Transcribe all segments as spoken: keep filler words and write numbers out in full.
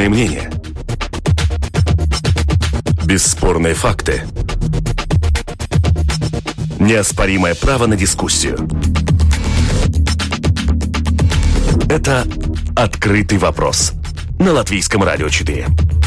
Бесспорные мнения. Бесспорные факты. Неоспоримое право на дискуссию. Это «Открытый вопрос» на Латвийском радио четыре.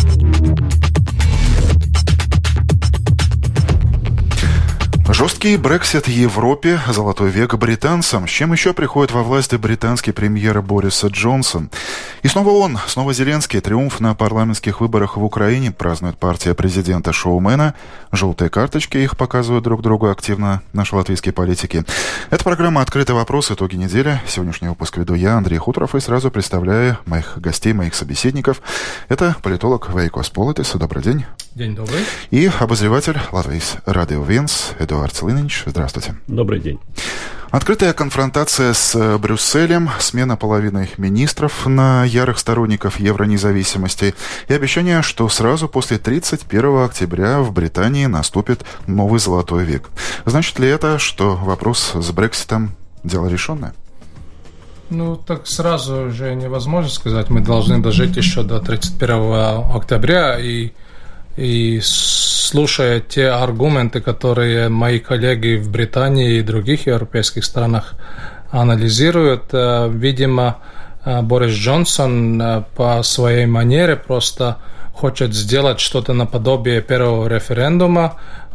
Жесткий Брексит Европе, золотой век британцам. С чем еще приходит во власть британский премьер Борис Джонсон? И снова он, снова Зеленский. Триумф на парламентских выборах в Украине празднует партия президента-шоумена. Желтые карточки их показывают друг другу активно наши латвийские политики. Это программа «Открытый вопрос. Итоги недели». Сегодняшний выпуск веду я, Андрей Хуторов, и сразу представляю моих гостей, моих собеседников. Это политолог Вейко Сполотис. Добрый день. День добрый. И обозреватель Латвийс Радио Винс Эдуард Линич. Здравствуйте. Добрый день. Открытая конфронтация с Брюсселем, смена половины министров на ярых сторонников евронезависимости и обещание, что сразу после тридцать первого октября в Британии наступит новый золотой век. Значит ли это, что вопрос с Брекситом – дело решенное? Ну, так сразу же невозможно сказать. Мы должны дожить еще до тридцать первого октября, и И слушая те аргументы, которые мои коллеги в Британии и других европейских странах анализируют, видимо, Борис Джонсон по своей манере просто хочет сделать что-то наподобие первого референдума,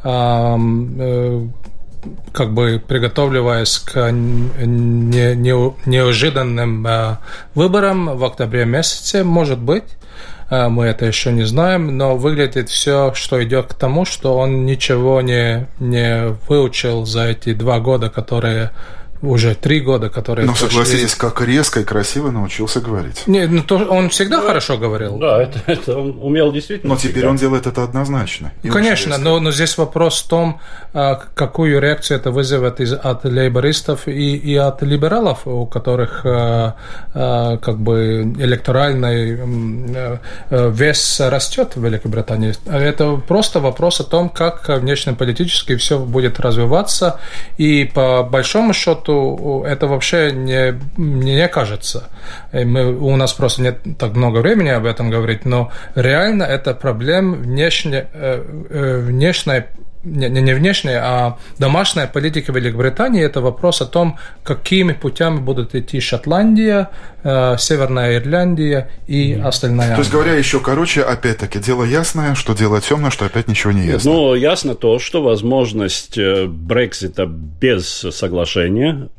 как бы приготовливаясь к не, не, неожиданным выборам в октябре месяце, может быть. Мы это еще не знаем, но выглядит все, что идет к тому, что он ничего не, не выучил за эти два года, которые... Уже три года, которые... Но согласитесь, как резко и красиво научился говорить. Не, ну, то он всегда ну, хорошо говорил. Да, это, это он умел действительно. Но теперь всегда. Он делает это однозначно. Конечно, но, но здесь вопрос в том, какую реакцию это вызовет из, от лейбористов и, и от либералов, у которых как бы электоральный вес растет в Великобритании. Это просто вопрос о том, как внешнеполитически все будет развиваться, и по большому счету это вообще не, не кажется. Мы, у нас просто нет так много времени об этом говорить, но реально это проблема внешне, внешней, не, не внешней, а домашняя политика Великобритании. Это вопрос о том, какими путями будут идти Шотландия, Северная Ирландия и mm-hmm. остальная. То есть, говоря еще короче, опять-таки, дело ясное, что дело темное, что опять ничего не ясно. Ну, ясно то, что возможность Брексита без соглашения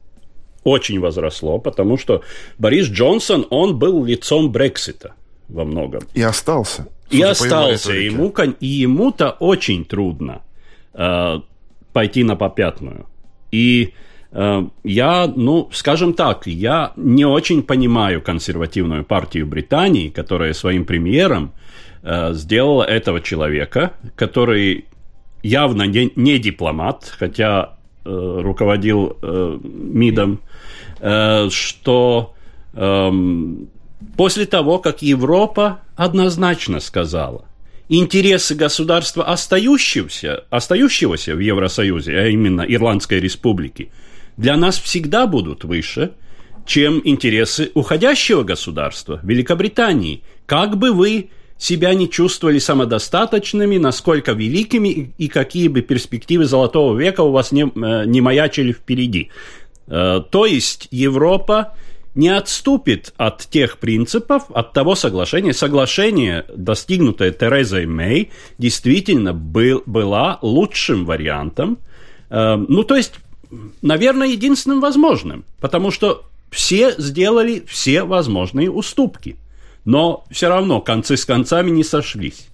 очень возросло, потому что Борис Джонсон, он был лицом Брексита во многом. И остался. И остался. Ему, и ему-то очень трудно э, пойти на попятную. И э, я, ну, скажем так, я не очень понимаю консервативную партию Британии, которая своим премьером э, сделала этого человека, который явно не, не дипломат, хотя э, руководил э, МИДом, э, что... Э, После того, как Европа однозначно сказала, интересы государства, остающегося, остающегося в Евросоюзе, а именно Ирландской Республики, для нас всегда будут выше, чем интересы уходящего государства, Великобритании. Как бы вы себя не чувствовали самодостаточными, насколько великими и какие бы перспективы Золотого века у вас не, не маячили впереди. То есть Европа не отступит от тех принципов, от того соглашения. Соглашение, достигнутое Терезой Мэй, действительно был, была лучшим вариантом. Э, ну, то есть, наверное, единственным возможным. Потому что все сделали все возможные уступки. Но все равно концы с концами не сошлись.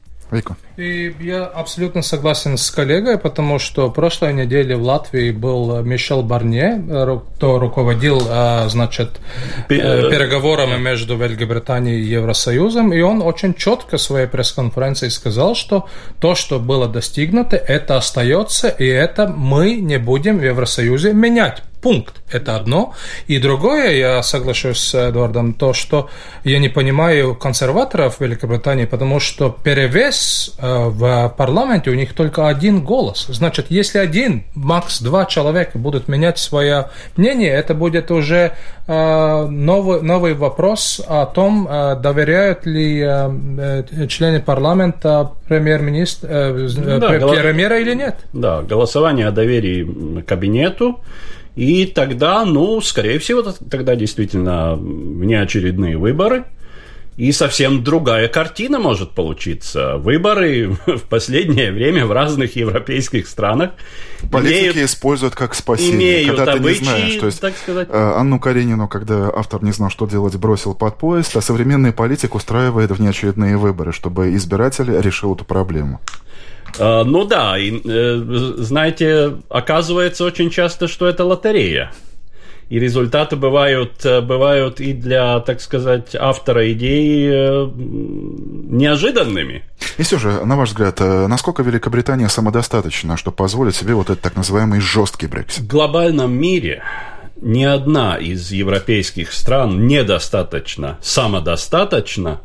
И я абсолютно согласен с коллегой, потому что в прошлой неделе в Латвии был Мишель Барнье, кто руководил, значит, переговорами между Великобританией и Евросоюзом, и он очень четко в своей пресс-конференции сказал, что то, что было достигнуто, это остается, и это мы не будем в Евросоюзе менять. пункт. Это одно. И другое, я соглашусь с Эдуардом, то, что я не понимаю консерваторов в Великобритании, потому что перевес в парламенте у них только один голос. Значит, если один, макс два человека будут менять свое мнение, это будет уже новый, новый вопрос о том, доверяют ли члены парламента премьер-министра, ну, да, премьера голос... или нет. Да, голосование о доверии кабинету. И тогда, ну, скорее всего, тогда действительно внеочередные выборы. И совсем другая картина может получиться. Выборы в последнее время в разных европейских странах политики имеют, используют как спасение. Имеют когда обычаи, ты не знаешь, то есть, так сказать. Анну Каренину, когда автор не знал, что делать, бросил под поезд, а современный политик устраивает внеочередные выборы, чтобы избиратель решил эту проблему. Uh, ну да, и, э, знаете, оказывается очень часто, что это лотерея. И результаты бывают, бывают и для, так сказать, автора идеи э, неожиданными. И все же, на ваш взгляд, насколько Великобритания самодостаточна, чтобы позволить себе вот этот так называемый жесткий Брексит? В глобальном мире ни одна из европейских стран недостаточно самодостаточна,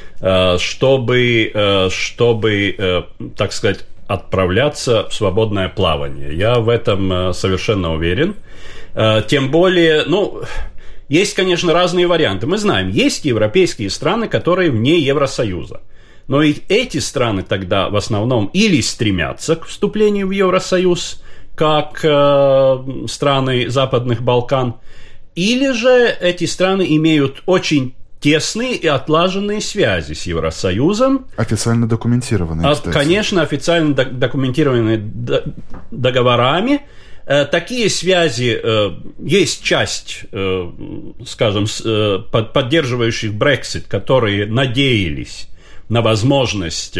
чтобы, чтобы, так сказать, отправляться в свободное плавание. Я в этом совершенно уверен. Тем более, ну, есть, конечно, разные варианты. Мы знаем, есть европейские страны, которые вне Евросоюза. Но и эти страны тогда в основном или стремятся к вступлению в Евросоюз, как страны Западных Балкан, или же эти страны имеют очень тесные и отлаженные связи с Евросоюзом. Официально документированные, кстати. Конечно, официально документированные договорами. Такие связи, есть часть, скажем, поддерживающих Брексит, которые надеялись на возможность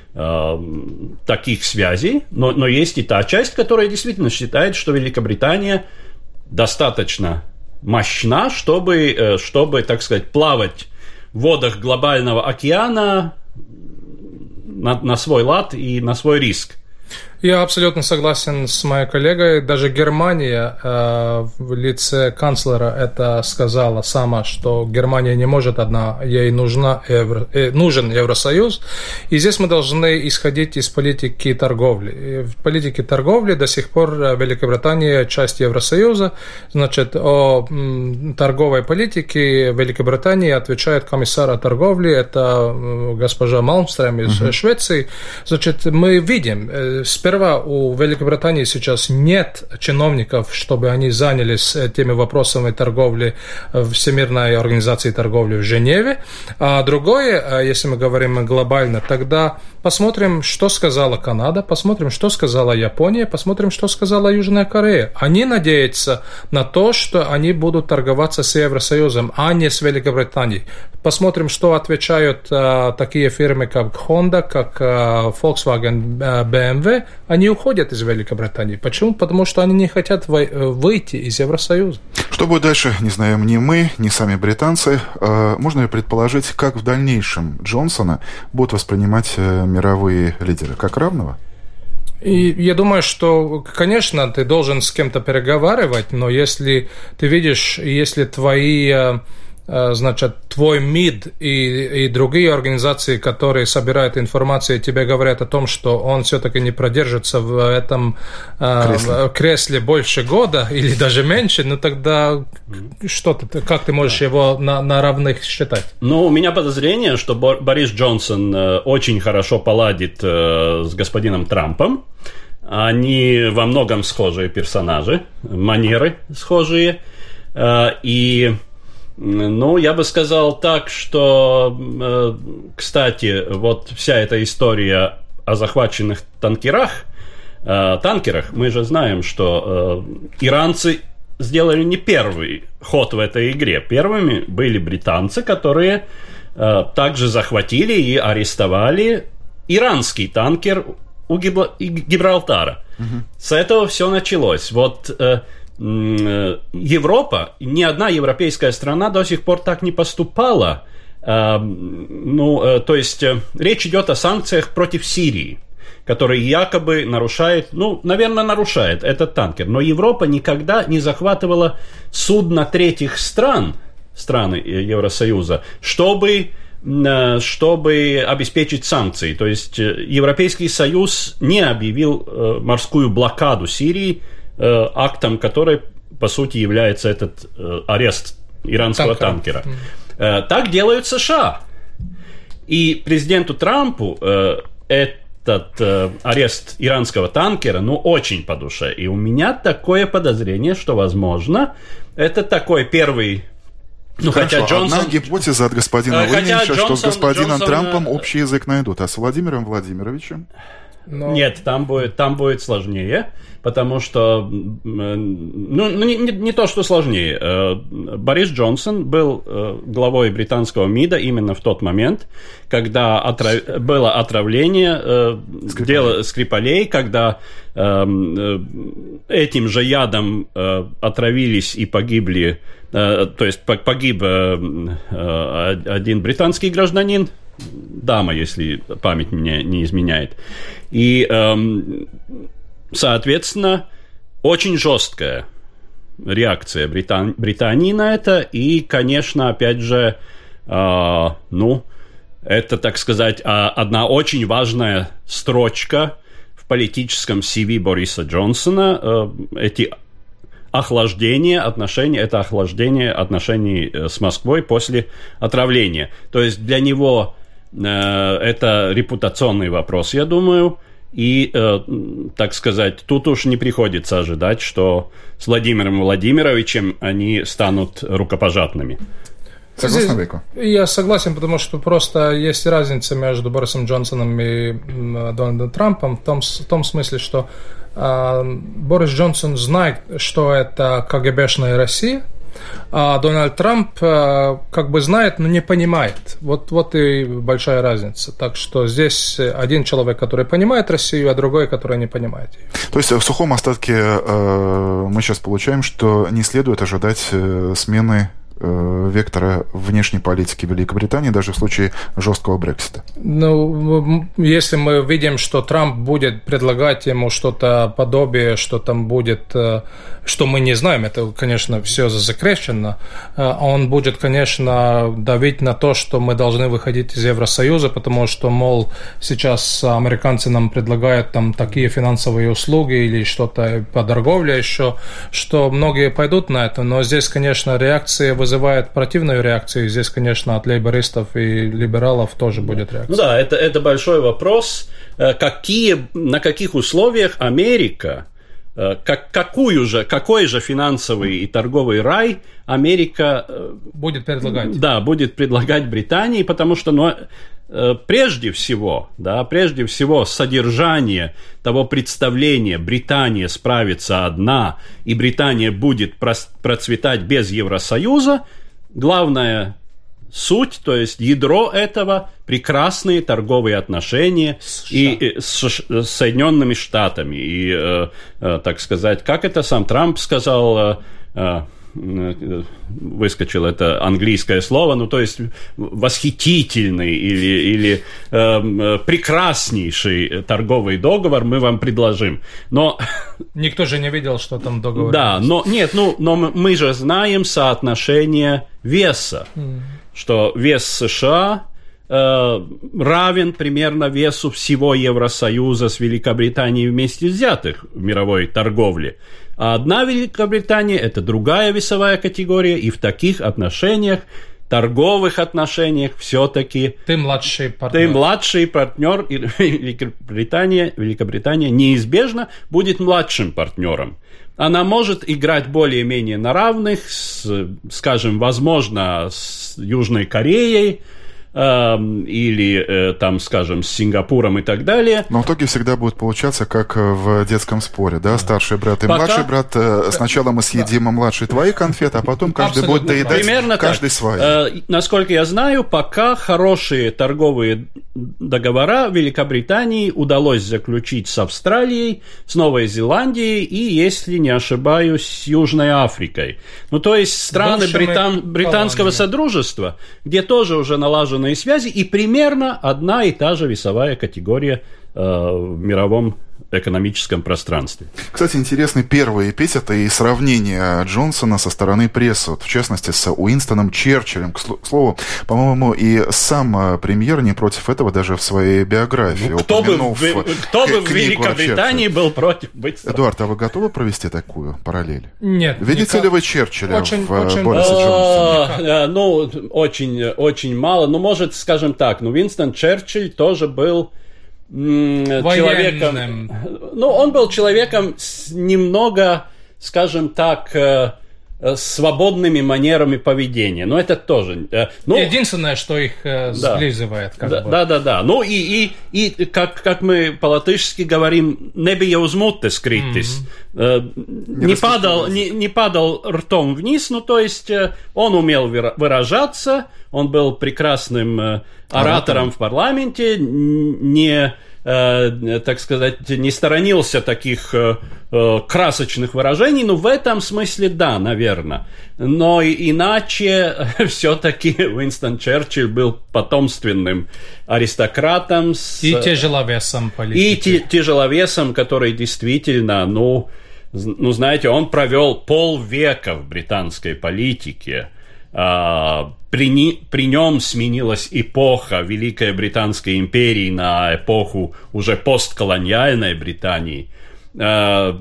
таких связей, но, но есть и та часть, которая действительно считает, что Великобритания достаточно мощна, чтобы, чтобы, так сказать, плавать в водах глобального океана на, на свой лад и на свой риск. Я абсолютно согласен с моей коллегой. Даже Германия э, в лице канцлера это сказала сама, что Германия не может одна, ей нужна евро, э, нужен Евросоюз. И здесь мы должны исходить из политики торговли. И в политике торговли до сих пор Великобритания часть Евросоюза. Значит, о м, торговой политике Великобритании отвечает комиссар торговли, это госпожа Малмстрём из uh-huh. Швеции. Значит, мы видим, э, Сперва у Великобритании сейчас нет чиновников, чтобы они занялись теми вопросами торговли в Всемирной организации торговли в Женеве. А другое, если мы говорим глобально, тогда посмотрим, что сказала Канада, посмотрим, что сказала Япония, посмотрим, что сказала Южная Корея. Они надеются на то, что они будут торговаться с Евросоюзом, а не с Великобританией. Посмотрим, что отвечают а, такие фирмы, как Honda, как а, Volkswagen, а, бэ эм вэ. Они уходят из Великобритании. Почему? Потому что они не хотят выйти из Евросоюза. Что будет дальше, не знаем ни мы, ни сами британцы. Можно ли предположить, как в дальнейшем Джонсона будут воспринимать мировые лидеры? Как равного? И я думаю, что, конечно, ты должен с кем-то переговаривать, но если ты видишь, если твои... значит, твой МИД и, и другие организации, которые собирают информацию, тебе говорят о том, что он все-таки не продержится в этом кресле, э, кресле больше года или даже меньше, ну тогда что ты, как ты можешь его на, на равных считать? Ну, у меня подозрение, что Борис Джонсон очень хорошо поладит с господином Трампом. Они во многом схожие персонажи, манеры схожие, и... Ну, я бы сказал так, что, кстати, вот вся эта история о захваченных танкерах, танкерах, мы же знаем, что иранцы сделали не первый ход в этой игре. Первыми были британцы, которые также захватили и арестовали иранский танкер у Гибралтара. Угу. С этого все началось. Вот... Европа, ни одна европейская страна до сих пор так не поступала. Ну, то есть речь идет о санкциях против Сирии. который якобы нарушает, ну, наверное, нарушает этот танкер. Но Европа никогда не захватывала судно третьих стран, страны Евросоюза, чтобы, чтобы обеспечить санкции. То есть Европейский Союз не объявил морскую блокаду Сирии, актом которой, по сути, является этот арест иранского танкера. танкера. Так делают США. И президенту Трампу этот арест иранского танкера, ну, очень по душе. И у меня такое подозрение, что, возможно, это такой первый... Ну, Хорошо, хотя Джонсон... одна гипотеза от господина Лейнича, что Джонсон, с господином Джонсон... Трампом общий язык найдут, а с Владимиром Владимировичем? Но... Нет, там будет, там будет сложнее, потому что, ну, не, не, не то, что сложнее. Борис Джонсон был главой британского МИДа именно в тот момент, когда отрав... было отравление Скрипалей. Дела Скрипалей, когда этим же ядом отравились и погибли, то есть погиб один британский гражданин, дама, если память мне не изменяет. И, эм, соответственно, очень жесткая реакция Британ- Британии на это. И, конечно, опять же, э, ну, это, так сказать, одна очень важная строчка в политическом си ви Бориса Джонсона. Э, эти охлаждение отношений, это охлаждение отношений с Москвой после отравления. То есть для него э, это репутационный вопрос, я думаю, и, э, так сказать, тут уж не приходится ожидать, что с Владимиром Владимировичем они станут рукопожатными. Согласен, Вейко? Я согласен, потому что просто есть разница между Борисом Джонсоном и Дональдом Трампом в том, в том смысле, что э, Борис Джонсон знает, что это КГБшная Россия, а Дональд Трамп э, как бы знает, но не понимает. Вот, вот и большая разница. Так что здесь один человек, который понимает Россию, а другой, который не понимает ее. То есть в сухом остатке э, мы сейчас получаем, что не следует ожидать э, смены вектора внешней политики Великобритании даже в случае жесткого Брексита? Ну, если мы видим, что Трамп будет предлагать ему что-то подобие, что там будет, что мы не знаем, это, конечно, все засекречено, он будет, конечно, давить на то, что мы должны выходить из Евросоюза, потому что, мол, сейчас американцы нам предлагают там такие финансовые услуги или что-то по торговле еще, что многие пойдут на это, но здесь, конечно, реакция вызывает противную реакцию. Здесь, конечно, от лейбористов и либералов тоже будет реакция. Ну да, это, это большой вопрос. Какие, на каких условиях Америка, как, какую же, какой же финансовый и торговый рай Америка будет предлагать? Да, будет предлагать Британии, потому что, ну, прежде всего, да, прежде всего содержание того представления, Британия справится одна, и Британия будет процветать без Евросоюза, главная суть, то есть ядро этого – прекрасные торговые отношения и, с, с Соединенными Штатами. И, э, э, так сказать, как это сам Трамп сказал, э, выскочил это английское слово, ну, то есть восхитительный или, или э, прекраснейший торговый договор мы вам предложим. Но... Никто же не видел, что там договор. Да, но нет, ну, но мы же знаем соотношение веса, mm. что вес США э, равен примерно весу всего Евросоюза с Великобританией вместе взятых в мировой торговле. А одна Великобритания – это другая весовая категория, и в таких отношениях, торговых отношениях, все-таки… Ты младший партнер. Ты младший партнер, и Великобритания, Великобритания неизбежно будет младшим партнером. Она может играть более-менее на равных, с, скажем, возможно, с Южной Кореей, или, там, скажем, с Сингапуром и так далее. Но в итоге всегда будет получаться, как в детском споре, да? Старший брат и Пока... младший брат. Сначала мы съедим да. младший твои конфеты, а потом каждый Абсолютно. будет доедать Примерно каждый так. свои. Э, насколько я знаю, пока хорошие торговые договора Великобритании удалось заключить с Австралией, с Новой Зеландией и, если не ошибаюсь, с Южной Африкой. Ну, то есть страны Британ... британского содружества, где тоже уже налажены международные связи и примерно одна и та же весовая категория э, в мировом экономическом пространстве. Кстати, интересны первые эпитеты и сравнения Джонсона со стороны прессы, вот, в частности, с Уинстоном Черчиллем. К слову, по-моему, и сам премьер не против этого даже в своей биографии. Ну, кто бы в, кто бы в Великобритании был против быть... Эдуард, а вы готовы провести такую параллель? Нет. Видите никак... ли вы Черчилля очень, в очень... Борисе Джонсоне? Ну, очень, очень мало. Ну, может, скажем так, ну, Уинстон Черчилль тоже был человеком, ну, он был человеком с немного, скажем так, свободными манерами поведения. Но это тоже... Ну, единственное, что их да, сблизывает. Как да, бы. да, да, да. Ну, и, и, и как, как мы по-латышски говорим, не bija uz mutes kritis. Mm-hmm. Не, не, падал, не, не падал ртом вниз, ну, то есть он умел выражаться, он был прекрасным оратором в парламенте, не... так сказать, не сторонился таких э, красочных выражений, но в этом смысле да, наверное. Но иначе все-таки Уинстон Черчилль был потомственным аристократом. С, и тяжеловесом политики. И тяжеловесом, который действительно, ну, ну, знаете, он провел полвека в британской политике. При, не, при нем сменилась эпоха Великой Британской империи на эпоху уже постколониальной Британии. Но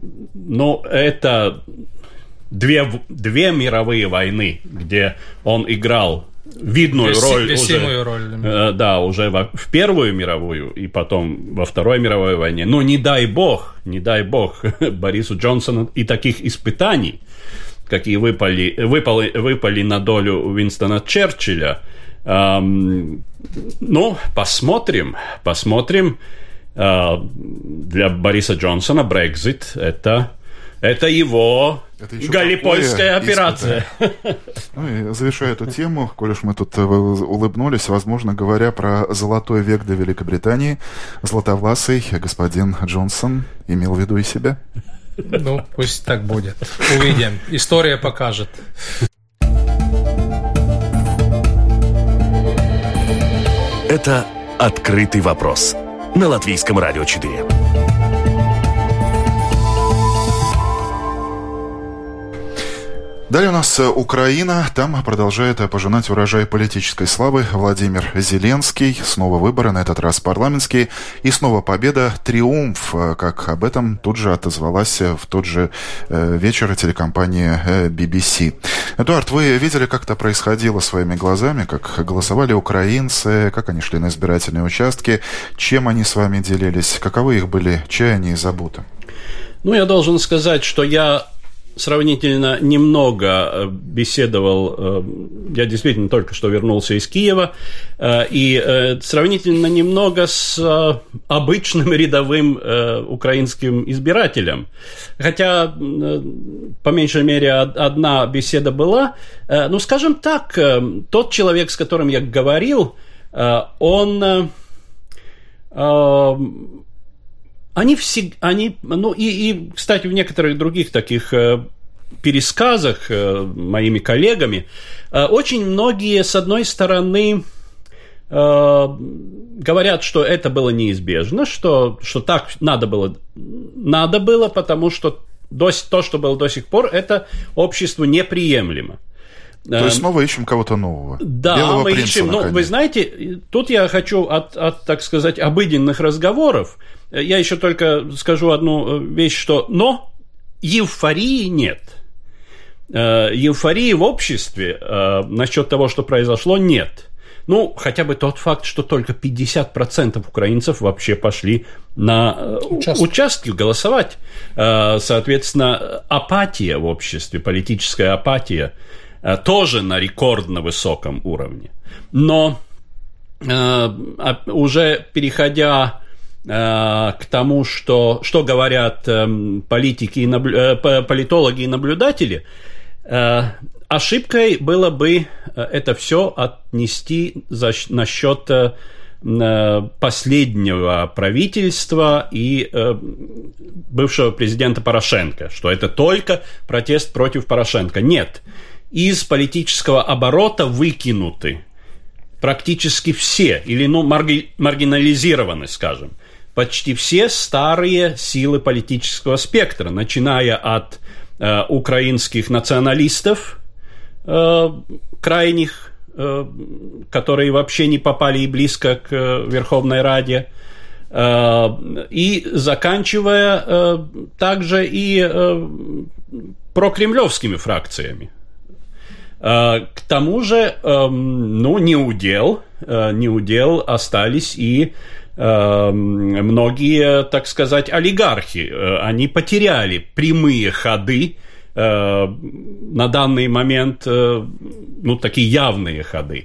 это две, две мировые войны, где он играл видную Веси, роль, уже, роль. Да, уже во, в Первую мировую и потом во Второй мировой войне. Но не дай бог, не дай бог Борису Джонсону и таких испытаний, какие выпали, выпали, выпали на долю Уинстона Черчилля. Эм, ну, посмотрим, посмотрим. Э, для Бориса Джонсона Брексит это, это его это галлипольская операция. Ну и завершая эту тему, коль уж мы тут улыбнулись, возможно, говоря про золотой век для Великобритании, златовласый господин Джонсон имел в виду и себя. Ну, пусть так будет. Увидим. История покажет. Это «Открытый вопрос» на Латвийском радио четыре. Далее у нас Украина. Там продолжает пожинать урожай политической славы Владимир Зеленский. Снова выборы, на этот раз парламентские. И снова победа, триумф, как об этом тут же отозвалась в тот же вечер телекомпания би би си. Эдуард, вы видели, как это происходило своими глазами, как голосовали украинцы, как они шли на избирательные участки, чем они с вами делились, каковы их были чаяния и заботы? Ну, я должен сказать, что я сравнительно немного беседовал, я действительно только что вернулся из Киева, и сравнительно немного с обычным рядовым украинским избирателем. Хотя, по меньшей мере, одна беседа была. Ну, скажем так, тот человек, с которым я говорил, он... Они все, они, ну и, и, кстати, в некоторых других таких э, пересказах э, моими коллегами э, очень многие, с одной стороны, э, говорят, что это было неизбежно, что, что так надо было, надо было, потому что до, то, что было до сих пор, это обществу неприемлемо. То есть снова ищем кого-то нового. Да, Белого мы принца, ищем. Ну, вы знаете, тут я хочу от, от, так сказать, обыденных разговоров. Я еще только скажу одну вещь, что но эйфории нет. Эйфории в обществе насчет того, что произошло, нет. Ну, хотя бы тот факт, что только пятьдесят процентов украинцев вообще пошли на участки, участки голосовать. Соответственно, апатия в обществе, политическая апатия, тоже на рекордно высоком уровне. Но уже переходя к тому, что, что говорят политики и наблю... политологи и наблюдатели, ошибкой было бы это все отнести за... насчет последнего правительства и бывшего президента Порошенко, что это только протест против Порошенко. Нет, из политического оборота выкинуты практически все, или ну, марги, маргинализированы, скажем, почти все старые силы политического спектра, начиная от э, украинских националистов, э, крайних, э, которые вообще не попали и близко к э, Верховной Раде, э, и заканчивая э, также и э, прокремлевскими фракциями. Э, к тому же, э, ну, не удел, э, не удел остались и многие, так сказать, олигархи. Они потеряли прямые ходы, на данный момент, ну, такие явные ходы.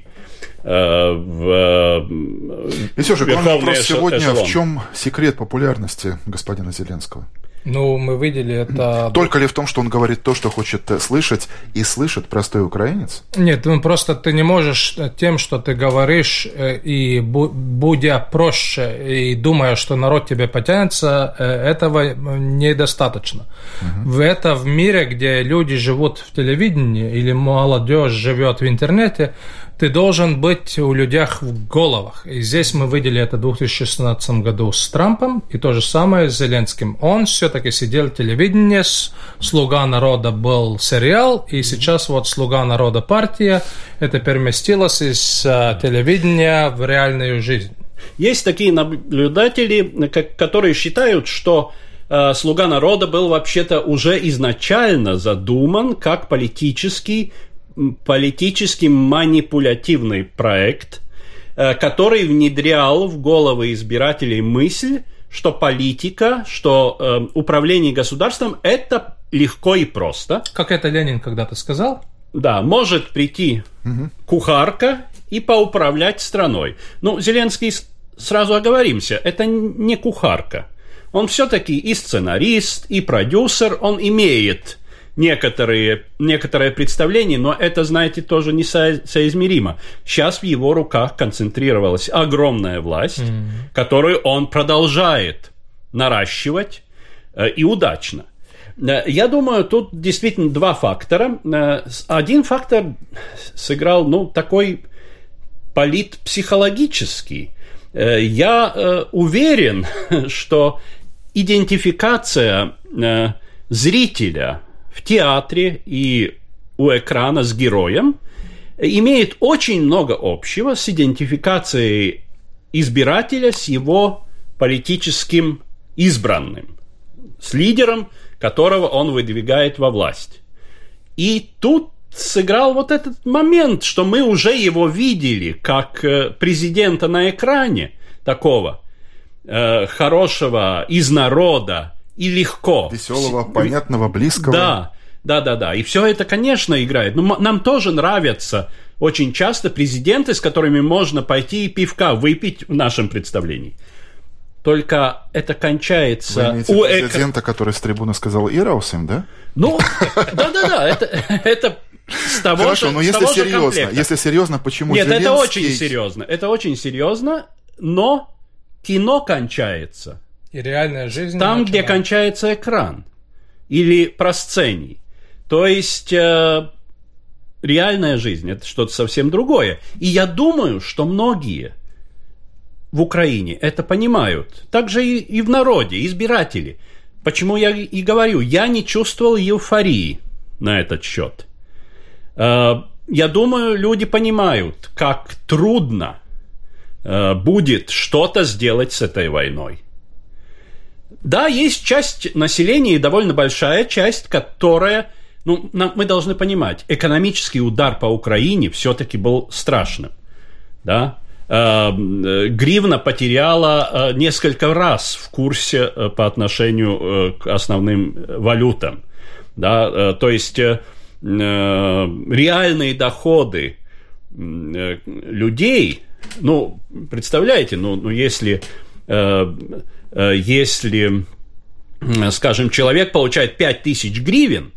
В И все же, главный вопрос сегодня, эшелон. В чем секрет популярности господина Зеленского? Ну, мы видели это... Только ли в том, что он говорит то, что хочет слышать, и слышит простой украинец? Нет, ну просто ты не можешь тем, что ты говоришь, и будя проще, и думая, что народ тебе потянется, этого недостаточно. Угу. В это в мире, где люди живут в телевидении, или молодежь живет в интернете, ты должен быть у людей в головах. И здесь мы видели это в две тысячи шестнадцатом году с Трампом, и то же самое с Зеленским. Он все-таки сидел в телевидении, «Слуга народа» был сериал, и сейчас вот «Слуга народа» партия, это переместилось из телевидения в реальную жизнь. Есть такие наблюдатели, которые считают, что «Слуга народа» был вообще-то уже изначально задуман как политический политически манипулятивный проект, который внедрял в головы избирателей мысль, что политика, что э, управление государством – это легко и просто. Как это Ленин когда-то сказал? Да, может прийти угу. кухарка и поуправлять страной. Ну, Зеленский, сразу оговоримся, это не кухарка. Он все-таки и сценарист, и продюсер, он имеет некоторые, некоторое представление, но это, знаете, тоже не со, соизмеримо. Сейчас в его руках концентрировалась огромная власть, mm-hmm. которую он продолжает наращивать, э, и удачно. Э, я думаю, тут действительно два фактора. Э, один фактор сыграл, ну, такой политпсихологический. Э, я э, уверен, что идентификация э, зрителя в театре и у экрана с героем имеет очень много общего с идентификацией избирателя с его политическим избранным, с лидером, которого он выдвигает во власть. И тут сыграл вот этот момент, что мы уже его видели как президента на экране, такого э, хорошего, из народа, и легко. Веселого, понятного, близкого. Да, да, да, да. И все это, конечно, играет. Но нам тоже нравятся очень часто президенты, с которыми можно пойти и пивка выпить в нашем представлении. Только это кончается... Вы имеете у президента, эк... который с трибуны сказал «Ираусим», да? Ну, да-да-да, это, это с того Хорошо, же, но если серьезно, если серьезно, почему Нет, Зеленский... это очень серьезно, это очень серьезно, но кино кончается... И реальная жизнь там, начинает. Где кончается экран или просцений. То есть э, реальная жизнь – это что-то совсем другое. И я думаю, что многие в Украине это понимают. Также и, и в народе, избиратели. Почему я и говорю, я не чувствовал эйфории на этот счет. Э, я думаю, люди понимают, как трудно э, будет что-то сделать с этой войной. Да, есть часть населения, и довольно большая часть, которая, ну, нам, мы должны понимать, экономический удар по Украине все-таки был страшным. Да? Э, гривна потеряла э, несколько раз в курсе э, по отношению э, к основным валютам. Да? Э, то есть э, реальные доходы э, людей, ну, представляете, ну, ну если... Э, Если, скажем, человек получает пять тысяч гривен,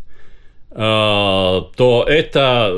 то это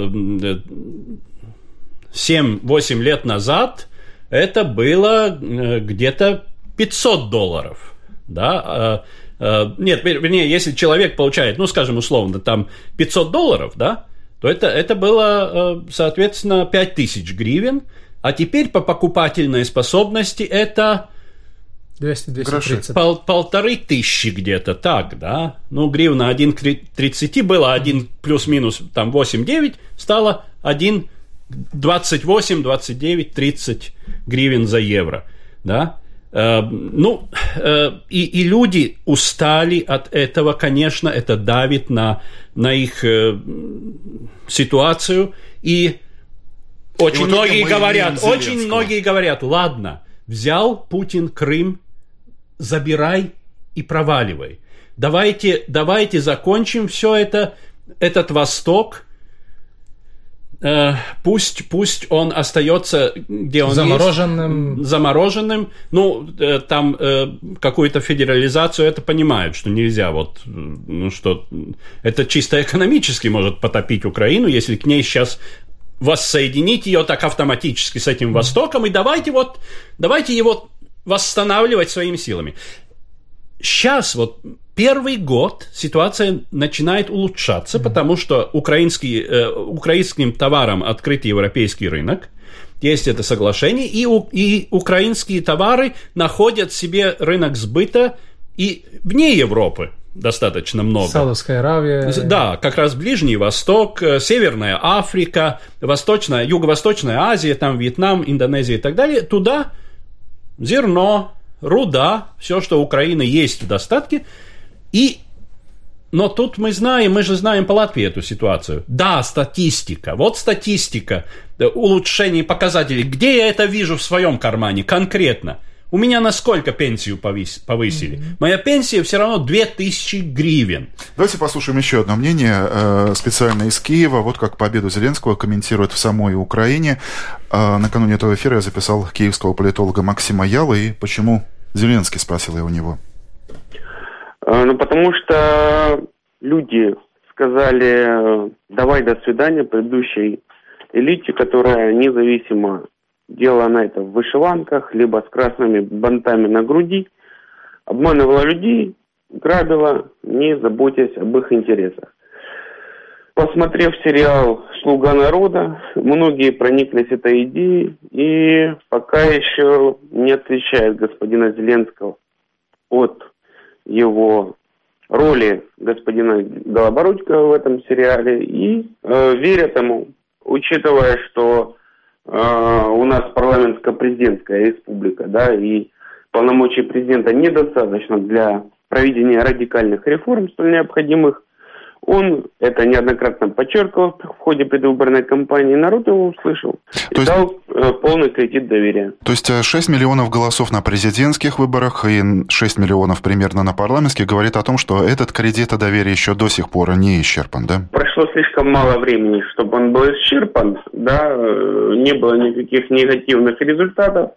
семь-восемь лет назад это было где-то пятьсот долларов. Да? Нет, вернее, если человек получает, ну, скажем, условно, там пятьсот долларов, да, то это, это было, соответственно, пять тысяч гривен. а теперь по покупательной способности это двести двести тридцать. Пол, полторы тысячи где-то так, да? Ну, гривна один к тридцати было, один плюс-минус там восемь-девять, стало один двадцать восемь, двадцать девять, тридцать гривен за евро, да? Э, ну, э, и, и люди устали от этого, конечно, это давит на, на их э, ситуацию, и очень и многие говорят, очень многие говорят, ладно, взял Путин Крым, забирай и проваливай. Давайте, давайте закончим все это, этот Восток. Э, пусть, пусть он остается, где он замороженным. есть. Замороженным. Ну, э, там э, какую-то федерализацию это понимают, что нельзя вот, ну что, это чисто экономически может потопить Украину, если к ней сейчас воссоединить ее так автоматически с этим Востоком, и давайте вот, давайте его восстанавливать своими силами. Сейчас вот первый год ситуация начинает улучшаться, mm-hmm. потому что украинский, э, украинским товарам открыт европейский рынок, есть это соглашение, и, у, и украинские товары находят себе рынок сбыта и вне Европы. Достаточно много. Саудовская Аравия. Да, как раз Ближний Восток, Северная Африка, Восточная, Юго-Восточная Азия, там Вьетнам, Индонезия и так далее. Туда зерно, руда, все, что у Украины есть в достатке. И, но тут мы знаем, мы же знаем по Латвии эту ситуацию. Да, статистика. Вот статистика улучшения показателей. Где я это вижу в своем кармане конкретно? У меня на сколько пенсию повысили? Mm-hmm. Моя пенсия все равно две тысячи гривен. Давайте послушаем еще одно мнение специально из Киева. Вот как победу Зеленского комментируют в самой Украине. Накануне этого эфира я записал киевского политолога Максима Ялы. И почему Зеленский, спросил я у него. Ну, потому что люди сказали «давай, до свидания» предыдущей элите, которая независимо делала она это в вышиванках, либо с красными бантами на груди, обманывала людей, грабила, не заботясь об их интересах. Посмотрев сериал «Слуга народа», многие прониклись этой идеей и пока еще не отличают господина Зеленского от его роли господина Голобородько в этом сериале и э, верят ему, учитывая, что у нас парламентско-президентская республика, да, и полномочий президента недостаточно для проведения радикальных реформ, столь необходимых. Он это неоднократно подчеркивал в ходе предвыборной кампании, народ его услышал и есть, дал э, полный кредит доверия. То есть шесть миллионов голосов на президентских выборах и шесть миллионов примерно на парламентских говорит о том, что этот кредит доверия еще до сих пор не исчерпан, да? Прошло слишком мало времени, чтобы он был исчерпан, да, не было никаких негативных результатов.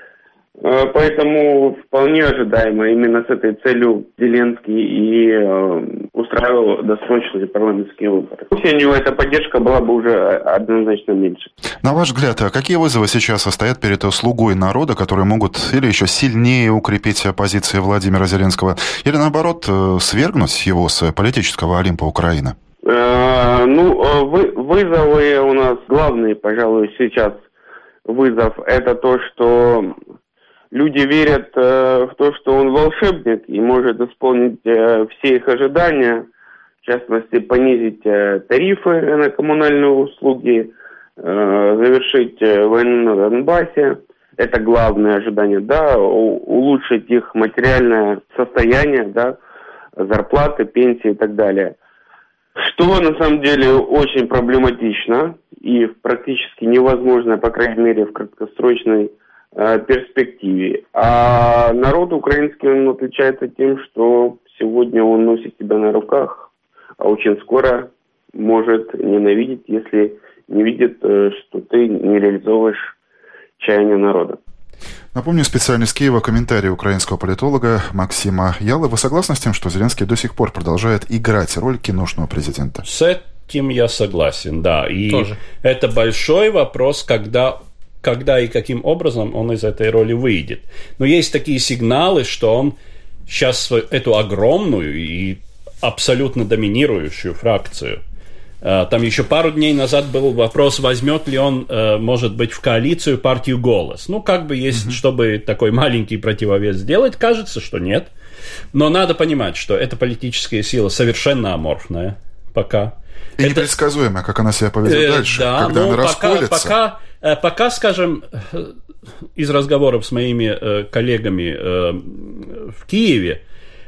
Поэтому вполне ожидаемо именно с этой целью Зеленский и э, устраивал досрочные парламентские выборы. Если у него эта поддержка была бы уже однозначно меньше. На ваш взгляд, а какие вызовы сейчас стоят перед слугой народа, которые могут или еще сильнее укрепить позиции Владимира Зеленского, или наоборот свергнуть его с политического Олимпа Украины? Э, ну, вы, вызовы у нас главные, пожалуй, сейчас вызов это то, что люди верят э, в то, что он волшебник и может исполнить э, все их ожидания, в частности, понизить э, тарифы на коммунальные услуги, э, завершить э, войну на Донбассе. Это главное ожидание, да, у- улучшить их материальное состояние, да, зарплаты, пенсии и так далее. Что на самом деле очень проблематично и практически невозможно, по крайней мере, в краткосрочной перспективе. А народ украинский, он отличается тем, что сегодня он носит тебя на руках, а очень скоро может ненавидеть, если не видит, что ты не реализовываешь чаяния народа. Напомню, специально из Киева комментарий украинского политолога Максима Ялы. Вы согласны с тем, что Зеленский до сих пор продолжает играть роль киношного президента? С этим я согласен, да. И Тоже. Это большой вопрос, когда... когда и каким образом он из этой роли выйдет. Но есть такие сигналы, что он сейчас эту огромную и абсолютно доминирующую фракцию Там еще пару дней назад был вопрос, возьмет ли он, может быть, в коалицию партию «Голос». Ну, как бы есть, mm-hmm. чтобы такой маленький противовес сделать, кажется, что нет. Но надо понимать, что эта политическая сила совершенно аморфная пока. И это непредсказуемая, как она себя поведет э, дальше, да, когда она пока, расколется. Пока, пока, скажем, из разговоров с моими коллегами в Киеве,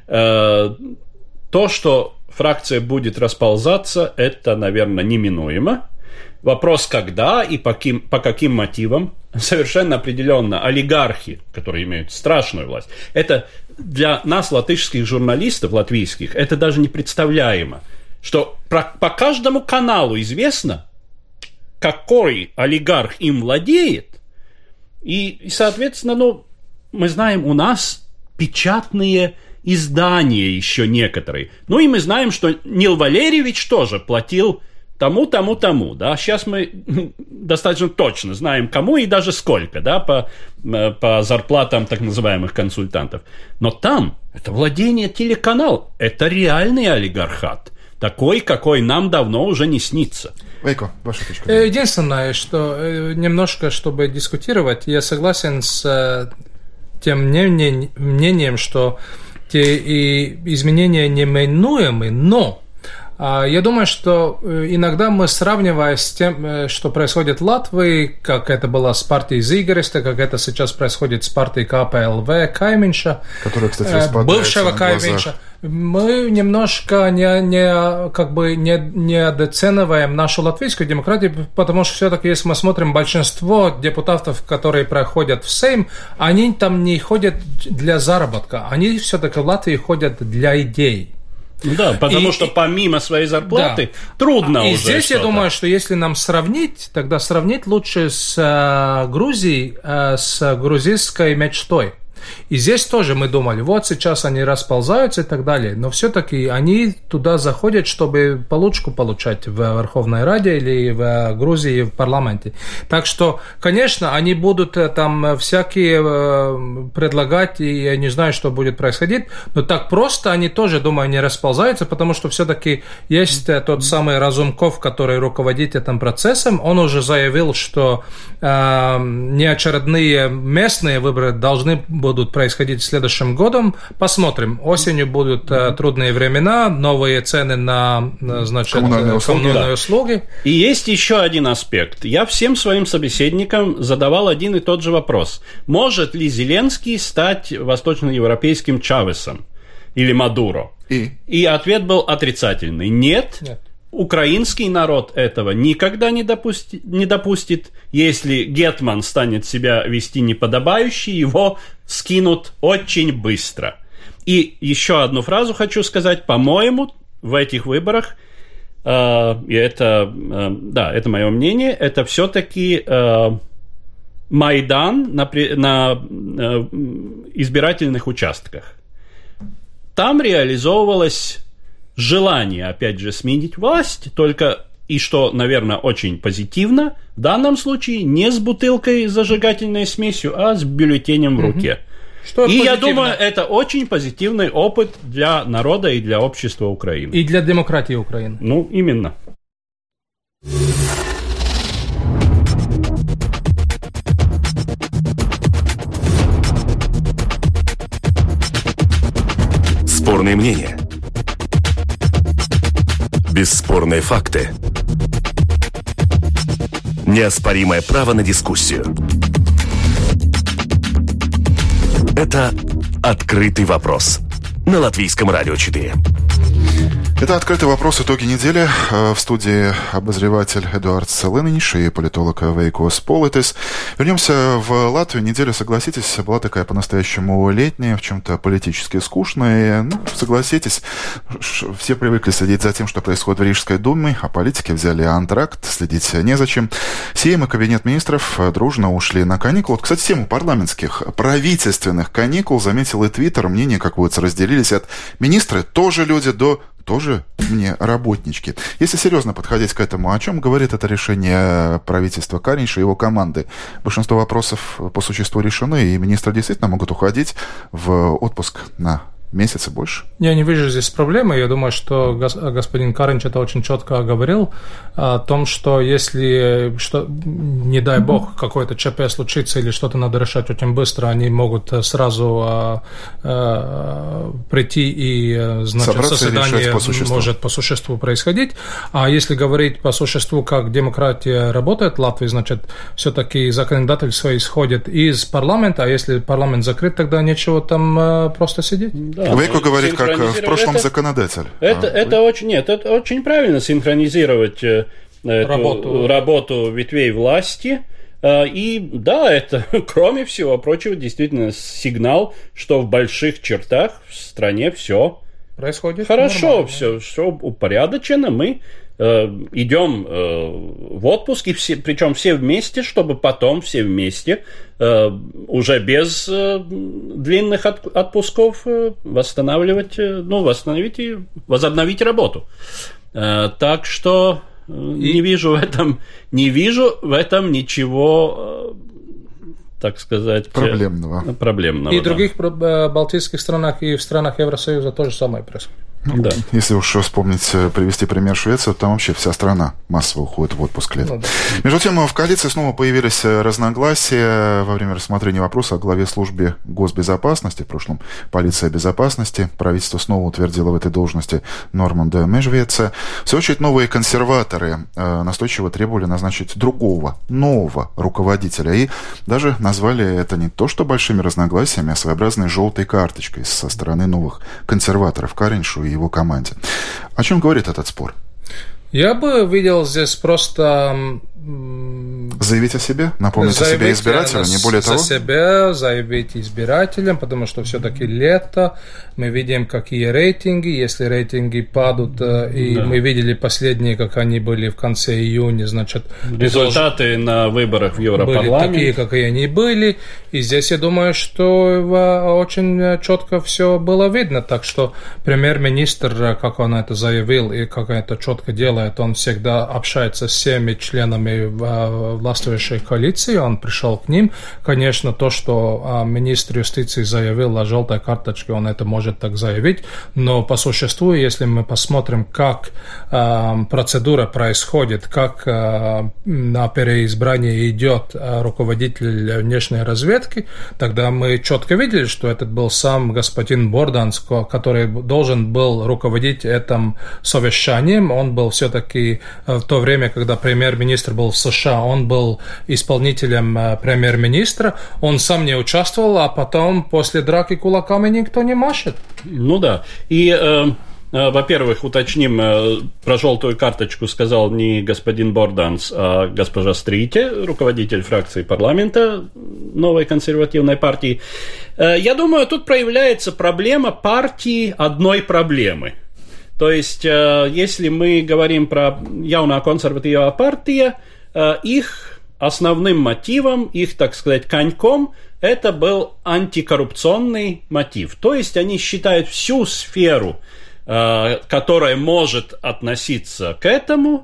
то, что фракция будет расползаться, это, наверное, неминуемо. Вопрос, когда и по каким, по каким мотивам. Совершенно определенно олигархи, которые имеют страшную власть, это для нас, латышских журналистов, латвийских, это даже непредставляемо. Что про, по каждому каналу известно, какой олигарх им владеет. И, и соответственно, ну, мы знаем, у нас печатные издания еще некоторые. Ну, и мы знаем, что Нил Валерьевич тоже платил тому, тому, тому. Да? Сейчас мы достаточно точно знаем, кому и даже сколько, да, по, по зарплатам так называемых консультантов. Но там это владение телеканал. Это реальный олигархат. Такой, какой нам давно уже не снится. Вейко, ваша точка. Единственное, что немножко, чтобы дискутировать, я согласен с тем мнением, что те изменения неминуемы, но я думаю, что иногда мы, сравнивая с тем, что происходит в Латвии, как это было с партией Зигариста, как это сейчас происходит с партией ка пэ эл вэ Кайминша, кстати, бывшего Кайминша, мы немножко не, не, как бы не, недооцениваем нашу латвийскую демократию, потому что все-таки, если мы смотрим большинство депутатов, которые проходят в Сейм, они там не ходят для заработка, они все-таки в Латвии ходят для идей. Да, потому и, что помимо своей зарплаты да. трудно и уже. И здесь что-то. Я думаю, что если нам сравнить, тогда сравнить лучше с э, Грузией, э, с грузинской мечтой. И здесь тоже мы думали, вот сейчас они расползаются и так далее, но все-таки они туда заходят, чтобы получку получать в Верховной Раде или в Грузии в парламенте. Так что, конечно, они будут там всякие предлагать, и я не знаю, что будет происходить, но так просто они тоже, думаю, не расползаются, потому что все-таки есть тот самый Разумков, который руководит этим процессом, он уже заявил, что э, неочередные местные выборы должны будут будут происходить следующим годом. Посмотрим. Осенью будут э, трудные времена, новые цены на, значит, коммунальные, услуги. коммунальные услуги. И есть еще один аспект. Я всем своим собеседникам задавал один и тот же вопрос. Может ли Зеленский стать восточноевропейским Чавесом или Мадуро? И, и ответ был отрицательный. Нет. Нет. Украинский народ этого никогда не допустит, не допустит. Если гетман станет себя вести неподобающе, его скинут очень быстро. И еще одну фразу хочу сказать. По-моему, в этих выборах, э, и это, э, да, это мое мнение, это все-таки э, Майдан на, на э, избирательных участках. Там реализовывалось желание, опять же, сменить власть, только, и что, наверное, очень позитивно, в данном случае не с бутылкой с зажигательной смесью, а с бюллетенем в руке. Что и я думаю, это очень позитивный опыт для народа и для общества Украины. И для демократии Украины. Ну, именно. Спорные мнения. Бесспорные факты. Неоспоримое право на дискуссию. Это «Открытый вопрос» на Латвийском радио четыре. Это «Открытый вопрос. Итоги недели». В студии обозреватель Эдуард Целенинш и политолог Вейко Сполитис. Вернемся в Латвию. Неделя, согласитесь, была такая по-настоящему летняя, в чем-то политически скучная. Ну, согласитесь, все привыкли следить за тем, что происходит в Рижской думе, а политики взяли антракт, следить незачем. Сейм и кабинет министров дружно ушли на каникулы. Вот, кстати, тему парламентских правительственных каникул заметил и Твиттер. Мнения, как водится, разделились от министры тоже люди до тоже мне работнички. Если серьезно подходить к этому, о чем говорит это решение правительства Каринша и его команды? Большинство вопросов по существу решены, и министры действительно могут уходить в отпуск на Месяца больше? Я не вижу здесь проблемы. Я думаю, что господин Каринч это очень четко говорил о том, что если, что, не дай бог, какое-то ЧП случится или что-то надо решать очень быстро, они могут сразу а, а, прийти и, значит, заседание по может по существу происходить. А если говорить по существу, как демократия работает в Латвии, значит, все-таки законодатель свои исходит из парламента, а если парламент закрыт, тогда нечего там а, просто сидеть. Да, Вейко говорит, как в прошлом это, законодатель. Это, а, это очень, нет, это очень правильно синхронизировать э, работу. Эту работу ветвей власти. Э, и да, это, кроме всего прочего, действительно сигнал, что в больших чертах в стране все происходит хорошо, все, все упорядочено. Мы э, идем э, в отпуск, и все, причем все вместе, чтобы потом все вместе э, уже без э, длинных от, отпусков э, восстанавливать, э, ну, восстановить и возобновить работу. Э, так что э, и... не вижу в этом, не вижу в этом ничего, э, так сказать, проблемного. Э, проблемного. И в да. других балтийских странах и в странах Евросоюза то же самое происходит. Ну, да. Если уж вспомнить, привести пример Швеции, то там вообще вся страна массово уходит в отпуск летом. Ну, да. Между тем, в коалиции снова появились разногласия во время рассмотрения вопроса о главе службы госбезопасности. В прошлом полиция безопасности. Правительство снова утвердило в этой должности Норманда Межвеца. В свою очередь, новые консерваторы э, настойчиво требовали назначить другого, нового руководителя. И даже назвали это не то что большими разногласиями, а своеобразной желтой карточкой со стороны новых консерваторов Кариншу и его команде. О чем говорит этот спор? Я бы видел здесь просто... Заявить о себе? Напомнить о себе избирателям, не более того? За себя, заявить избирателям, потому что все-таки лето, мы видим, какие рейтинги, если рейтинги падут, и да. мы видели последние, как они были в конце июня, значит... Результаты на выборах в Европарламент. Были такие, какие они были, и здесь я думаю, что очень четко все было видно, так что премьер-министр, как он это заявил и как это четко делает, он всегда общается с всеми членами властвующей коалиции, он пришел к ним. Конечно, то, что министр юстиции заявил о желтой карточке, он это может так заявить, но по существу, если мы посмотрим, как процедура происходит, как на переизбрание идет руководитель внешней разведки, тогда мы четко видели, что это был сам господин Борданс, который должен был руководить этим совещанием. Он был все-таки в то время, когда премьер-министр был в США, он был исполнителем премьер-министра, он сам не участвовал, а потом после драки кулаками никто не машет. Ну да, и... Э... Во-первых, уточним, про желтую карточку сказал не господин Борданс, а госпожа Стрите, руководитель фракции парламента новой консервативной партии. Я думаю, тут проявляется проблема партии одной проблемы. То есть, если мы говорим про Jaunā konservatīvā партия, их основным мотивом, их, так сказать, коньком, это был антикоррупционный мотив. То есть, они считают всю сферу, которая может относиться к этому,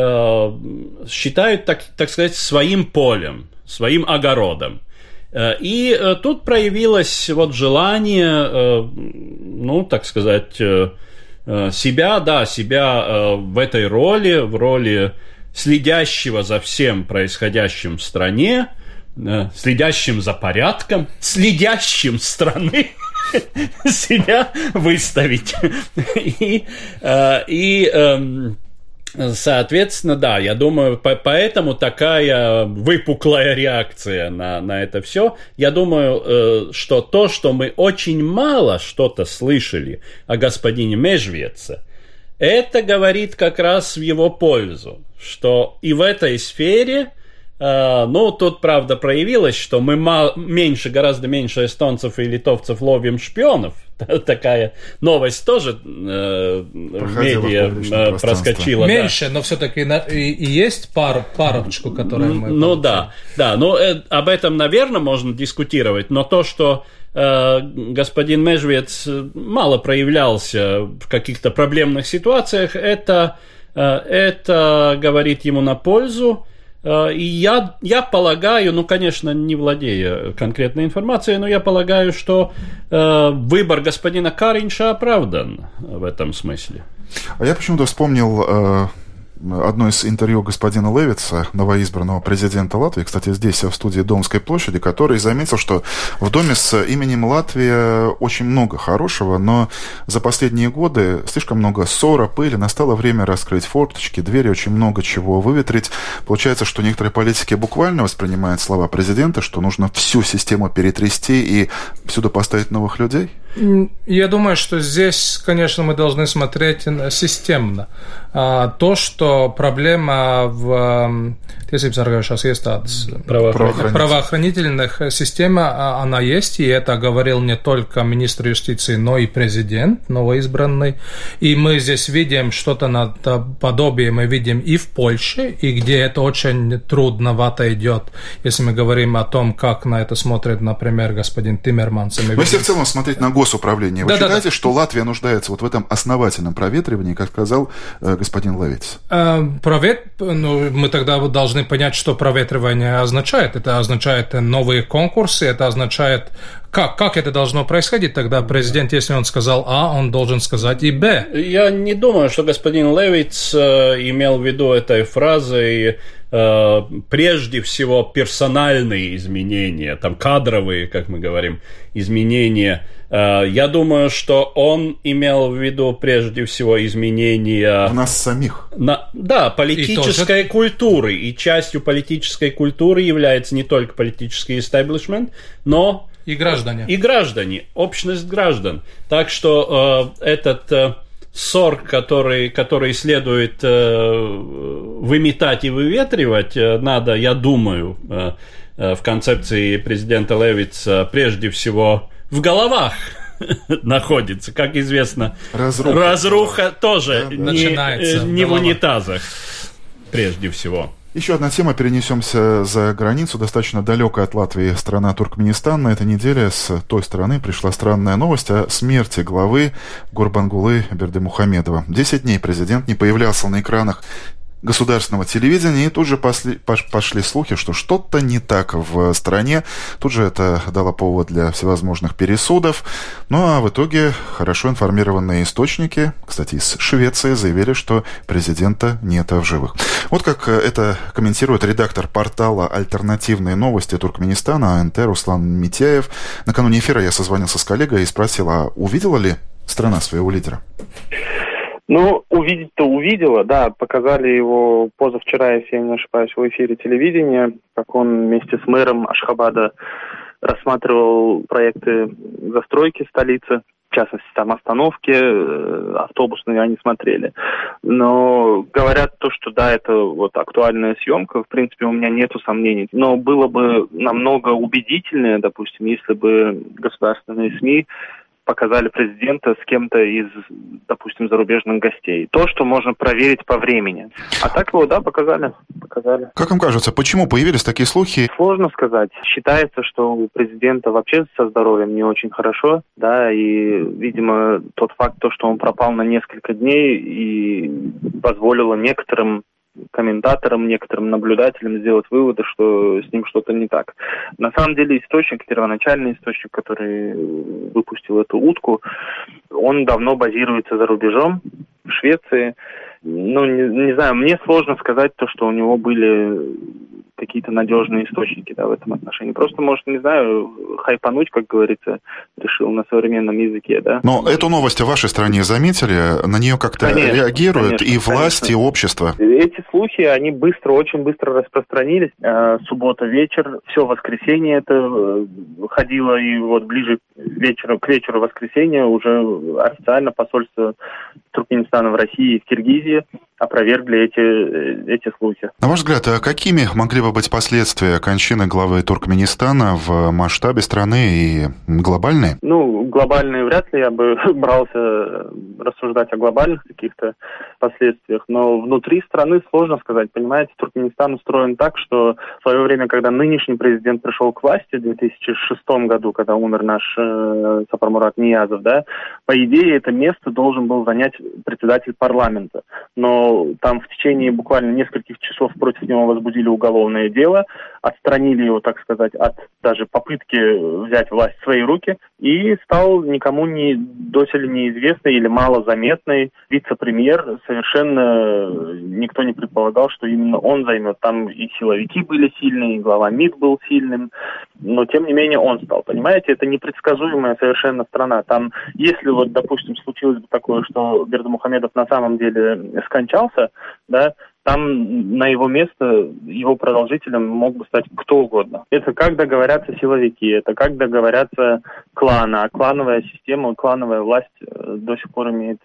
считают, так, так сказать, своим полем, своим огородом. И тут проявилось вот желание, ну, так сказать, себя, да, себя в этой роли, в роли следящего за всем происходящим в стране, следящим за порядком, следящим страны, себя выставить. И, и соответственно, да, я думаю, поэтому такая выпуклая реакция на, на это все. Я думаю, что то, что мы очень мало что-то слышали о господине Межвеце, это говорит как раз в его пользу, что и в этой сфере... Uh, ну, тут, правда, проявилось, что мы мал, меньше, гораздо меньше эстонцев и литовцев ловим шпионов. Такая новость тоже uh, в медиа uh, проскочила. Меньше, да. Но все-таки и, и есть пар, парочку, которую мы... Ну да, да, ну э, об этом, наверное, можно дискутировать, но то, что э, господин Межвец мало проявлялся в каких-то проблемных ситуациях, это, э, это говорит ему на пользу. И я, я полагаю, ну, конечно, не владея конкретной информацией, но я полагаю, что э, выбор господина Каринша оправдан в этом смысле. А я почему-то вспомнил э, одно из интервью господина Левица, новоизбранного президента Латвии, кстати, здесь, в студии Домской площади, который заметил, что в доме с именем Латвия очень много хорошего, но за последние годы слишком много ссора, пыли, настало время раскрыть форточки, двери, очень много чего выветрить. Получается, что некоторые политики буквально воспринимают слова президента, что нужно всю систему перетрясти и всюду поставить новых людей? Я думаю, что здесь, конечно, мы должны смотреть системно. То, что проблема в правоохранительных, правоохранительных системах, она есть, и это говорил не только министр юстиции, но и президент новоизбранный. И мы здесь видим что-то подобие, мы видим и в Польше, и где это очень трудновато идет, если мы говорим о том, как на это смотрит, например, господин Тиммерманс. Но если в целом смотреть на госуправление, вы да, считаете, да, да. что Латвия нуждается вот в этом основательном проветривании, как сказал э, господин Левиц? Э, провет... ну, мы тогда должны понять, что проветривание означает. Это означает новые конкурсы, это означает... Как, как это должно происходить? Тогда президент, если он сказал А, он должен сказать и Б. Я не думаю, что господин Левиц э, имел в виду этой фразой э, прежде всего персональные изменения, там кадровые, как мы говорим, изменения. Э, я думаю, что он имел в виду прежде всего изменения... В нас самих. На, да, политической и культуры. И частью политической культуры является не только политический истеблишмент, но... И граждане. И граждане, общность граждан. Так что э, этот э, ссор, который, который следует э, выметать и выветривать, э, надо, я думаю, э, э, в концепции президента Левица прежде всего в головах находится. Как известно, разруха, разруха тоже да, да. не, э, не в унитазах прежде всего. Еще одна тема. Перенесемся за границу. Достаточно далекая от Латвии страна Туркменистан. На этой неделе с той стороны пришла странная новость о смерти главы Гурбангулы Бердымухамедова. Десять дней президент не появлялся на экранах государственного телевидения, и тут же пошли, пошли слухи, что что-то не так в стране. Тут же это дало повод для всевозможных пересудов. Ну а в итоге хорошо информированные источники, кстати, из Швеции, заявили, что президента нет в живых. Вот как это комментирует редактор портала «Альтернативные новости Туркменистана» АНТ Руслан Митяев. Накануне эфира я созвонился с коллегой и спросил, а увидела ли страна своего лидера? Ну, увидеть-то увидела, да, показали его позавчера, если я не ошибаюсь, в эфире телевидения, как он вместе с мэром Ашхабада рассматривал проекты застройки столицы, в частности, там остановки автобусные они смотрели. Но говорят то, что да, это вот актуальная съемка, в принципе, у меня нету сомнений. Но было бы намного убедительнее, допустим, если бы государственные СМИ показали президента с кем-то из, допустим, зарубежных гостей. То, что можно проверить по времени. А так его, да, показали. показали. Как вам кажется, почему появились такие слухи? Сложно сказать. Считается, что у президента вообще со здоровьем не очень хорошо, да, и, видимо, тот факт, то, что он пропал на несколько дней, и позволило некоторым комментаторам, некоторым наблюдателям сделать выводы, что с ним что-то не так. На самом деле источник, первоначальный источник, который выпустил эту утку, он давно базируется за рубежом, в Швеции. Ну, не, не знаю, мне сложно сказать то, что у него были какие-то надежные источники, да, в этом отношении. Просто, может, не знаю, хайпануть, как говорится, решил на современном языке, да. Но эту новость в вашей стране заметили? На нее как-то конечно, реагируют конечно, и власть, конечно. И общество? Эти слухи, они быстро, очень быстро распространились. Суббота вечер, все воскресенье это ходило, и вот ближе вечеру, к вечеру воскресенья уже официально посольство Туркменистана в России и в Киргизии опровергли эти, эти слухи. На ваш взгляд, какими могли бы быть последствия кончины главы Туркменистана в масштабе страны и глобальные? Ну, глобальные вряд ли я бы брался рассуждать о глобальных каких-то последствиях, но внутри страны сложно сказать. Понимаете, Туркменистан устроен так, что в свое время, когда нынешний президент пришел к власти в две тысячи шестом году, когда умер наш э, Сапармурат Ниязов, да, по идее это место должен был занять председатель парламента. но там в течение буквально нескольких часов против него возбудили уголовное дело, отстранили его, так сказать, от даже попытки взять власть в свои руки, и стал никому не доселе неизвестный или малозаметный вице-премьер. Совершенно никто не предполагал, что именно он займет. Там и силовики были сильные, и глава МИД был сильным, но тем не менее он стал. Понимаете, это непредсказуемая совершенно страна. Там, если вот, допустим, случилось бы такое, что Бердымухамедов на самом деле скончался, да, там на его место, его продолжителем мог бы стать кто угодно. Это как договорятся силовики, это как договорятся кланы. А клановая система, клановая власть до сих пор имеет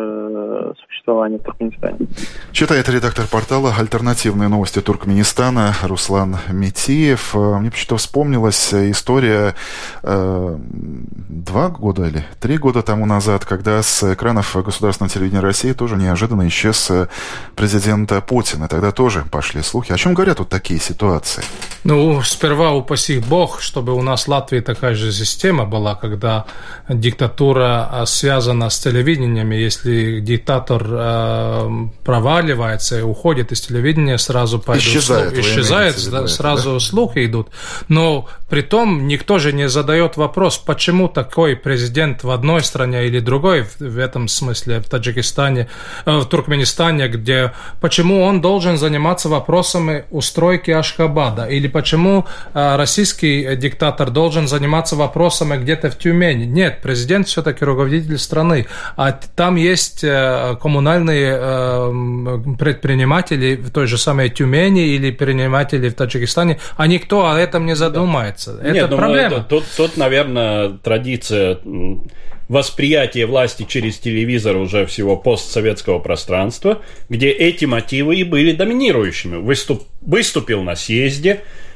э, существование в Туркменистане. Читает редактор портала «Альтернативные новости Туркменистана» Руслан Метиев. Мне почему-то вспомнилась история э, два года или три года тому назад, когда с экранов государственного телевидения России тоже неожиданно исчез президент Путин. И тогда тоже пошли слухи. О чем говорят вот такие ситуации? Ну, сперва упаси Бог, чтобы у нас в Латвии такая же система была, когда диктатура связана с телевидением. Если диктатор э, проваливается и уходит из телевидения, сразу пойдут исчезает, слухи, исчезает виду, да, это, сразу да? слухи идут. Но при том никто же не задает вопрос, почему такой президент в одной стране или другой, в, в этом смысле в Таджикистане, э, в Туркменистане, где почему он должен заниматься вопросами устройки Ашхабада, или почему э, российский диктатор должен заниматься вопросами где-то в Тюмени. Нет, президент все-таки руководитель страны, а там есть э, коммунальные э, предприниматели в той же самой Тюмени или предприниматели в Таджикистане, а никто о этом не задумается. Да. Это Нет, проблема. Думаю, тут, тут, наверное, традиция восприятие власти через телевизор уже всего постсоветского пространства, где эти мотивы и были доминирующими. Выступ, выступил на съезде,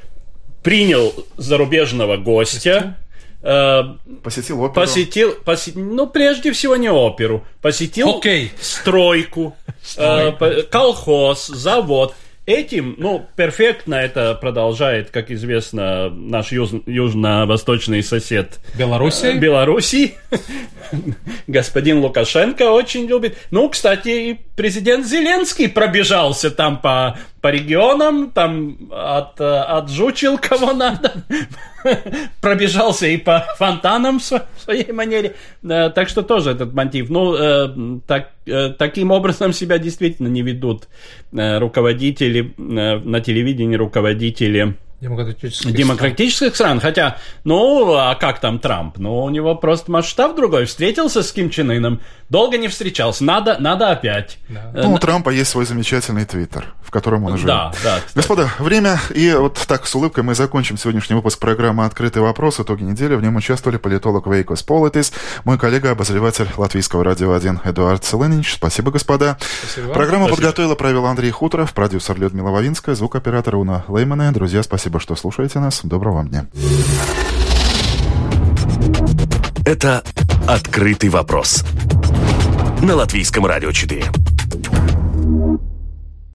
принял зарубежного гостя, э, посетил оперу. Посетил, посе, ну, прежде всего не оперу, посетил Окей. стройку, э, колхоз, завод. Этим, ну, перфектно это продолжает, как известно, наш юж- южно-восточный сосед Белоруссия? Белоруссии. Господин Лукашенко очень любит. Ну, кстати, и президент Зеленский пробежался там по, по регионам, там от, отжучил кого надо, пробежался и по фонтанам в своей манере. Так что тоже этот мотив. Ну, так, таким образом себя действительно не ведут руководители на телевидении, руководители демократических, демократических стран. стран. Хотя, ну, а как там Трамп? Ну, у него просто масштаб другой. Встретился с Ким Чен Ыном, долго не встречался. Надо, надо опять. Да. Ну, у Трампа есть свой замечательный твиттер, в котором он живет. Да, да. Кстати. Господа, время. И вот так с улыбкой мы закончим сегодняшний выпуск программы «Открытый вопрос». Итоги недели. В нем участвовали политолог Вейкос Политис, мой коллега, обозреватель Латвийского радио один Эдуард Селенич. Спасибо, господа. Спасибо. Программу Спасибо. подготовила, провел Андрей Хуторов, продюсер Людмила Вавинская, звукоператор Уна Леймане. Друзья, спасибо, что слушаете нас. Доброго вам дня. Это «Открытый вопрос» на Латвийском радио четыре.